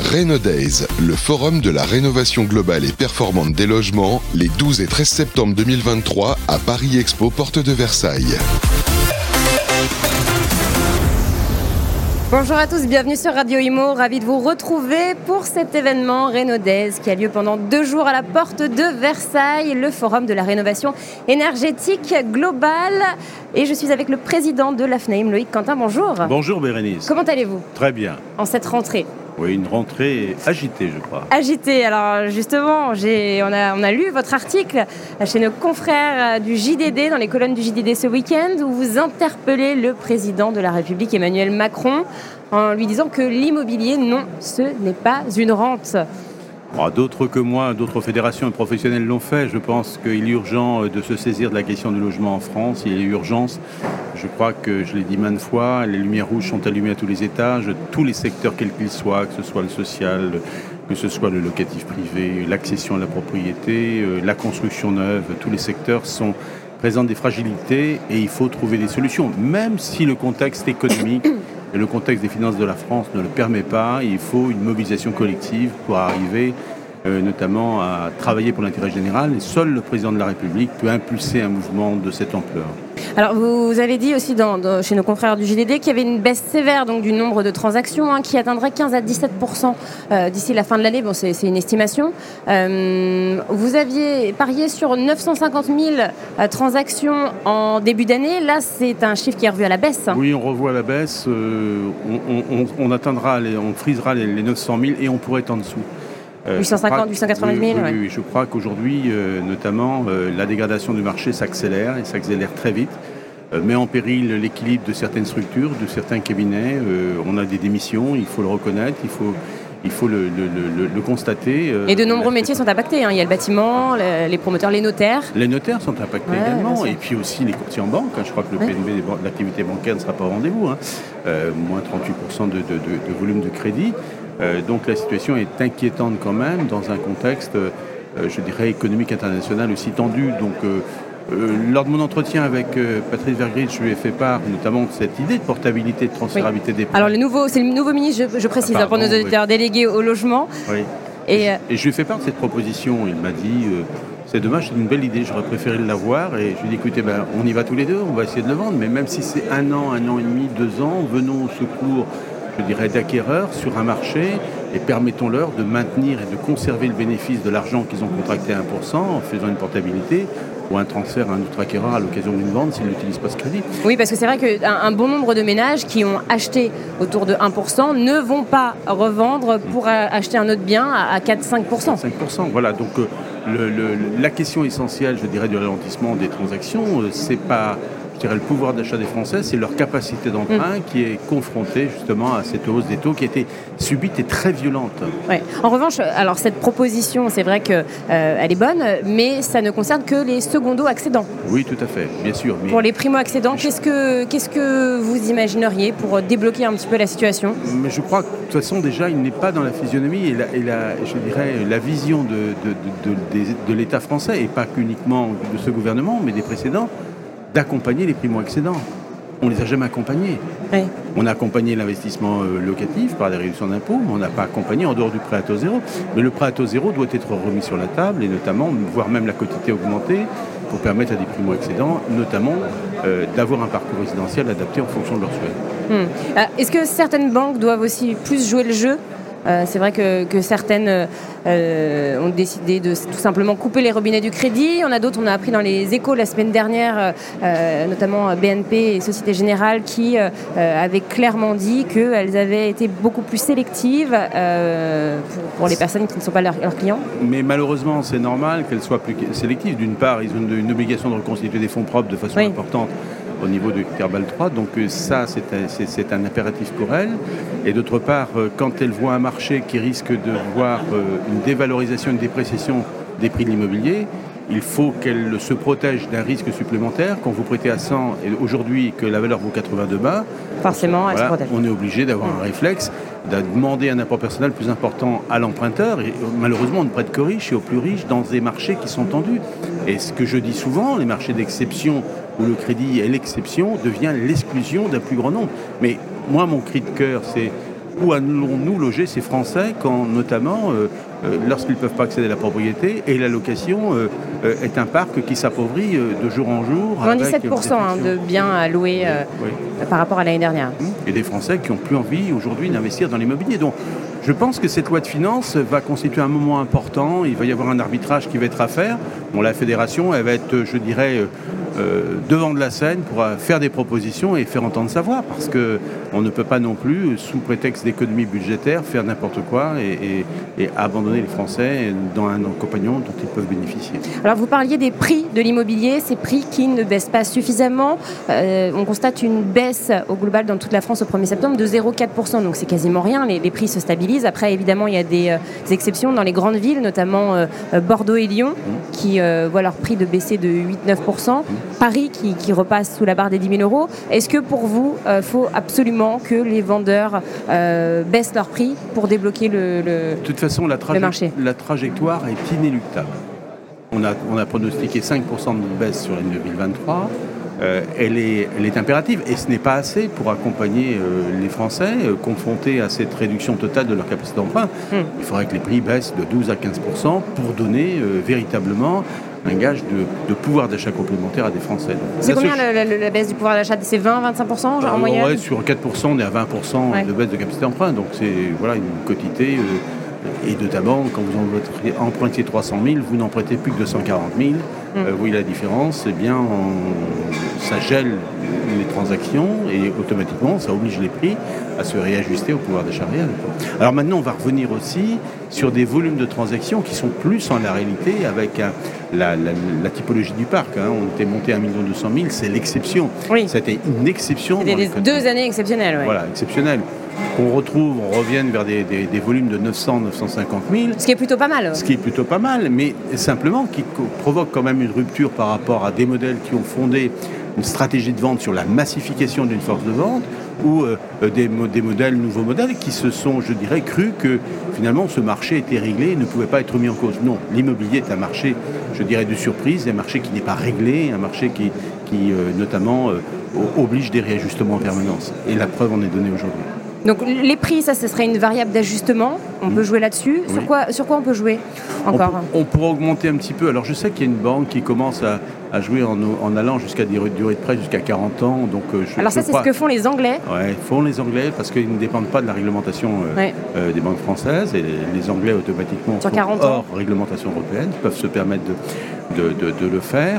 Rénodays, le forum de la rénovation globale et performante des logements, les 12 et 13 septembre 2023 à Paris Expo, porte de Versailles. Bonjour à tous, bienvenue sur Radio Imo, ravi de vous retrouver pour cet événement Rénodays qui a lieu pendant 2 jours à la porte de Versailles, le forum de la rénovation énergétique globale. Et je suis avec le président de l'AFNAIM, Loïc Quentin, bonjour. Bonjour Bérénice. Comment allez-vous ? Très bien. En cette rentrée ? Oui, une rentrée agitée, je crois. Agitée, alors justement, on a lu votre article chez nos confrères du JDD, dans les colonnes du JDD ce week-end, où vous interpellez le président de la République, Emmanuel Macron, en lui disant que l'immobilier, non, ce n'est pas une rente. D'autres que moi, d'autres fédérations et professionnels l'ont fait. Je pense qu'il est urgent de se saisir de la question du logement en France. Il y a urgence. Je crois que, je l'ai dit maintes fois, les lumières rouges sont allumées à tous les étages, tous les secteurs quels qu'ils soient, que ce soit le social, que ce soit le locatif privé, l'accession à la propriété, la construction neuve, tous les secteurs présentent des fragilités et il faut trouver des solutions. Même si le contexte économique et le contexte des finances de la France ne le permet pas, il faut une mobilisation collective pour arriver notamment à travailler pour l'intérêt général. Et seul le président de la République peut impulser un mouvement de cette ampleur. Alors vous avez dit aussi chez nos confrères du JDD qu'il y avait une baisse sévère donc, du nombre de transactions qui atteindrait 15 à 17% d'ici la fin de l'année. Bon, c'est une estimation. Vous aviez parié sur 950 000 transactions en début d'année. Là, c'est un chiffre qui est revu à la baisse. Oui, on revoit à la baisse. On atteindra, on frisera les 900 000 et on pourrait être en dessous. 850, 880 000. Oui, je crois qu'aujourd'hui, notamment, la dégradation du marché s'accélère et s'accélère très vite, met en péril l'équilibre de certaines structures, de certains cabinets. On a des démissions, il faut le reconnaître, il faut le constater. Et de nombreux métiers sont impactés. Il y a le bâtiment, les promoteurs, les notaires. Les notaires sont impactés également. Et puis aussi les courtiers en banque. Je crois que le PNB de l'activité bancaire ne sera pas au rendez-vous. Moins 38% de volume de crédit. Donc la situation est inquiétante quand même dans un contexte, je dirais, économique international aussi tendu. Donc lors de mon entretien avec Patrice Vergrit, je lui ai fait part notamment de cette idée de portabilité, de transférabilité des prix. Alors c'est le nouveau ministre, je précise, pour nos auditeurs délégués au logement. Oui. Et je lui ai fait part de cette proposition. Il m'a dit, c'est dommage, c'est une belle idée, j'aurais préféré l'avoir. Et je lui ai dit, écoutez, on y va tous les deux, on va essayer de le vendre. Mais même si c'est 1 an, 1 an et demi, 2 ans, venons au secours, je dirais, d'acquéreurs sur un marché et permettons-leur de maintenir et de conserver le bénéfice de l'argent qu'ils ont contracté à 1% en faisant une portabilité ou un transfert à un autre acquéreur à l'occasion d'une vente s'ils n'utilisent pas ce crédit. Oui, parce que c'est vrai qu'un bon nombre de ménages qui ont acheté autour de 1% ne vont pas revendre pour acheter un autre bien à 4-5%. 5%, voilà. Donc la question essentielle, je dirais, du ralentissement des transactions, c'est pas... Je dirais le pouvoir d'achat des Français, c'est leur capacité d'emprunt qui est confrontée justement à cette hausse des taux qui a été subite et très violente. Ouais. En revanche, alors cette proposition, c'est vrai qu'elle est bonne, mais ça ne concerne que les secondo-accédants. Oui, tout à fait, bien sûr. Mais... Pour les primo-accédants, qu'est-ce que vous imagineriez pour débloquer un petit peu la situation ? Mais je crois que de toute façon, déjà, il n'est pas dans la physionomie et je dirais, la vision de l'État français, et pas qu'uniquement de ce gouvernement, mais des précédents, d'accompagner les primo-accédants. On ne les a jamais accompagnés. Oui. On a accompagné l'investissement locatif par des réductions d'impôts, mais on n'a pas accompagné en dehors du prêt à taux zéro. Mais le prêt à taux zéro doit être remis sur la table et notamment, voire même la quotité augmentée pour permettre à des primo-accédants, notamment, d'avoir un parcours résidentiel adapté en fonction de leurs souhaits. Est-ce que certaines banques doivent aussi plus jouer le jeu ? C'est vrai que certaines ont décidé de tout simplement couper les robinets du crédit. On a d'autres, on a appris dans les Échos la semaine dernière, notamment BNP et Société Générale, qui avaient clairement dit qu'elles avaient été beaucoup plus sélectives pour les personnes qui ne sont pas leurs clients. Mais malheureusement, c'est normal qu'elles soient plus sélectives. D'une part, ils ont une obligation de reconstituer des fonds propres de façon importante au niveau du critère BAL 3, donc ça c'est un impératif pour elles. Et d'autre part, quand elles voient un marché qui risque de voir une dévalorisation, une dépréciation des prix de l'immobilier, il faut qu'elles se protègent d'un risque supplémentaire. Quand vous prêtez à 100 et aujourd'hui que la valeur vaut 82 bas, forcément, elle se protège. On est obligé d'avoir un réflexe, de demander un apport personnel plus important à l'emprunteur. Et malheureusement, on ne prête qu'aux riches et aux plus riches dans des marchés qui sont tendus. Et ce que je dis souvent, les marchés d'exception où le crédit est l'exception devient l'exclusion d'un plus grand nombre. Mais moi, mon cri de cœur, c'est Où allons-nous loger ces Français quand, notamment, lorsqu'ils ne peuvent pas accéder à la propriété et la location est un parc qui s'appauvrit de jour en jour. Moins 17% de biens à louer par rapport à l'année dernière. Et des Français qui n'ont plus envie aujourd'hui d'investir dans l'immobilier. Donc, je pense que cette loi de finances va constituer un moment important. Il va y avoir un arbitrage qui va être à faire. Bon, la fédération, elle va être, je dirais, devant de la scène pour faire des propositions et faire entendre sa voix. Parce qu'on ne peut pas non plus, sous prétexte d'économie budgétaire, faire n'importe quoi et abandonner les Français dans un accompagnement dont ils peuvent bénéficier. Alors vous parliez des prix de l'immobilier, ces prix qui ne baissent pas suffisamment. On constate une baisse au global dans toute la France au 1er septembre de 0,4%. Donc c'est quasiment rien, les prix se stabilisent. Après évidemment il y a des exceptions dans les grandes villes, notamment Bordeaux et Lyon, qui voient leur prix de baisser de 8-9%. Paris qui repasse sous la barre des 10 000 euros. Est-ce que pour vous, faut absolument que les vendeurs baissent leur prix pour débloquer le De toute façon, la trajectoire est inéluctable. On a pronostiqué 5% de baisse sur l'année 2023. Elle est impérative et ce n'est pas assez pour accompagner les Français confrontés à cette réduction totale de leur capacité d'emprunt. Il faudrait que les prix baissent de 12 à 15% pour donner véritablement un gage de pouvoir d'achat complémentaire à des Français. Donc, c'est combien la baisse du pouvoir d'achat? C'est 20-25% en moyenne? Ouais, sur 4%, on est à 20% de baisse de capacité d'emprunt. Donc c'est une quotité. Et notamment, quand vous empruntez 300 000, vous n'en prêtez plus que 240 000. Vous voyez la différence, eh bien, ça gèle les transactions et automatiquement, ça oblige les prix à se réajuster au pouvoir d'achat réel. Alors maintenant, on va revenir aussi sur des volumes de transactions qui sont plus en la réalité avec la typologie du parc. On était monté à 1 200 000, c'est l'exception. Oui. C'était une exception. C'était des 2 années exceptionnelles. Voilà, exceptionnelles. On revienne vers des volumes de 900, 950 000. Ce qui est plutôt pas mal. Ce qui est plutôt pas mal, mais simplement qui provoque quand même une rupture par rapport à des modèles qui ont fondé une stratégie de vente sur la massification d'une force de vente ou des nouveaux modèles qui se sont, je dirais, crus que finalement ce marché était réglé et ne pouvait pas être mis en cause. Non, l'immobilier est un marché, je dirais, de surprise, un marché qui n'est pas réglé, un marché qui notamment oblige des réajustements en permanence. Et la preuve en est donnée aujourd'hui. Donc les prix, ça, ce serait une variable d'ajustement. On peut jouer là-dessus. Sur quoi on peut jouer encore? On pourra augmenter un petit peu. Alors je sais qu'il y a une banque qui commence à jouer en allant jusqu'à des durées de prêt jusqu'à 40 ans. Donc, alors ça, c'est ce que font les Anglais. Oui, font les Anglais parce qu'ils ne dépendent pas de la réglementation des banques françaises. Et les Anglais, automatiquement, sont hors réglementation européenne, peuvent se permettre de le faire.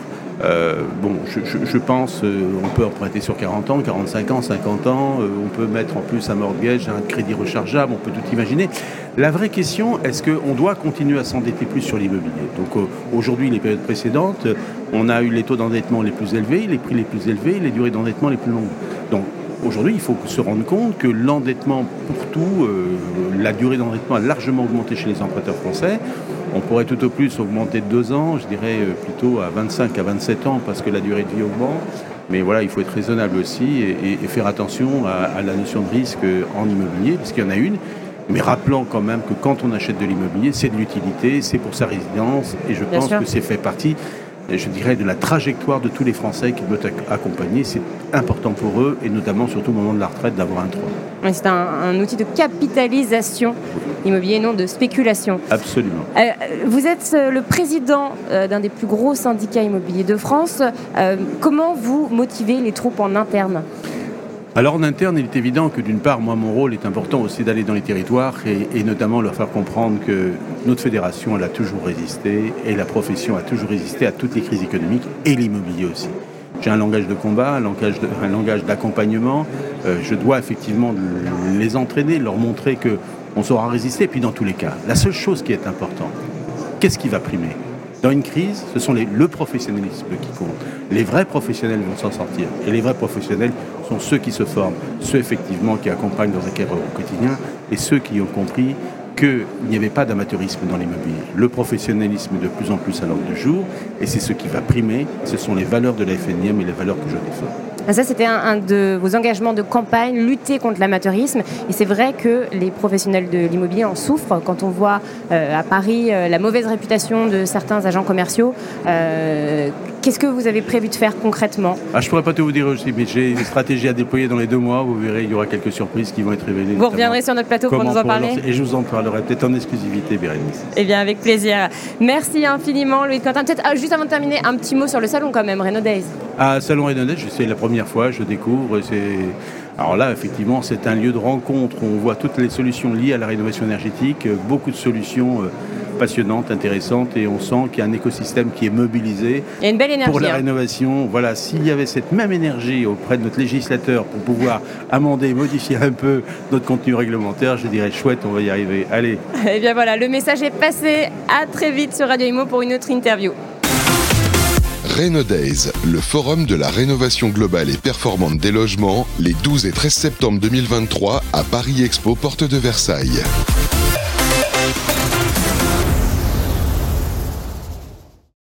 Je pense on peut emprunter sur 40 ans, 45 ans, 50 ans, on peut mettre en plus un mortgage, un crédit rechargeable, on peut tout imaginer. La vraie question, est-ce qu'on doit continuer à s'endetter plus sur l'immobilier? Donc aujourd'hui, les périodes précédentes, on a eu les taux d'endettement les plus élevés, les prix les plus élevés, les durées d'endettement les plus longues. Donc aujourd'hui, il faut se rendre compte que l'endettement pour tout, la durée d'endettement a largement augmenté chez les emprunteurs français. On pourrait tout au plus augmenter de 2 ans, je dirais plutôt à 25 à 27 ans parce que la durée de vie augmente. Mais voilà, il faut être raisonnable aussi et faire attention à la notion de risque en immobilier, parce qu'il y en a une. Mais rappelons quand même que quand on achète de l'immobilier, c'est de l'utilité, c'est pour sa résidence. Et je pense que c'est fait partie, je dirais, de la trajectoire de tous les Français qui veulent accompagner. C'est important pour eux, et notamment, surtout au moment de la retraite, d'avoir un toit. C'est un outil de capitalisation immobilier, non de spéculation. Absolument. Vous êtes le président d'un des plus gros syndicats immobiliers de France. Comment vous motivez les troupes en interne ? Alors en interne, il est évident que d'une part, moi, mon rôle est important aussi d'aller dans les territoires et notamment leur faire comprendre que notre fédération, elle a toujours résisté et la profession a toujours résisté à toutes les crises économiques et l'immobilier aussi. J'ai un langage de combat, un langage d'accompagnement. Je dois effectivement les entraîner, leur montrer qu'on saura résister. Et puis dans tous les cas, la seule chose qui est importante, qu'est-ce qui va primer ? Dans une crise, ce sont le professionnalisme qui compte. Les vrais professionnels vont s'en sortir. Et les vrais professionnels sont ceux qui se forment, ceux effectivement qui accompagnent leurs acquéreurs au quotidien et ceux qui ont compris qu'il n'y avait pas d'amateurisme dans l'immobilier. Le professionnalisme est de plus en plus à l'ordre du jour et c'est ce qui va primer. Ce sont les valeurs de la FNIM et les valeurs que je défends. Ça, c'était un de vos engagements de campagne, lutter contre l'amateurisme. Et c'est vrai que les professionnels de l'immobilier en souffrent. Quand on voit à Paris la mauvaise réputation de certains agents commerciaux Qu'est-ce que vous avez prévu de faire concrètement ? Je ne pourrais pas tout vous dire aussi, mais j'ai une stratégie à déployer dans les 2 mois. Vous verrez, il y aura quelques surprises qui vont être révélées. Vous reviendrez sur notre plateau pour nous en parler ? Et je vous en parlerai peut-être en exclusivité, Bérénice. Eh bien, avec plaisir. Merci infiniment, Loïc Quentin. Peut-être, juste avant de terminer, un petit mot sur le salon quand même, Renodays. Salon Renodays, c'est la première fois, je découvre. Alors là, effectivement, c'est un lieu de rencontre. On voit toutes les solutions liées à la rénovation énergétique, beaucoup de solutions passionnantes, intéressantes, et on sent qu'il y a un écosystème qui est mobilisé. Il y a une belle énergie pour la rénovation. Voilà, s'il y avait cette même énergie auprès de notre législateur pour pouvoir amender, modifier un peu notre contenu réglementaire, je dirais chouette, on va y arriver. Allez. Eh bien voilà, le message est passé. À très vite sur Radio Imo pour une autre interview. Renodays, le forum de la rénovation globale et performante des logements, les 12 et 13 septembre 2023 à Paris Expo, porte de Versailles.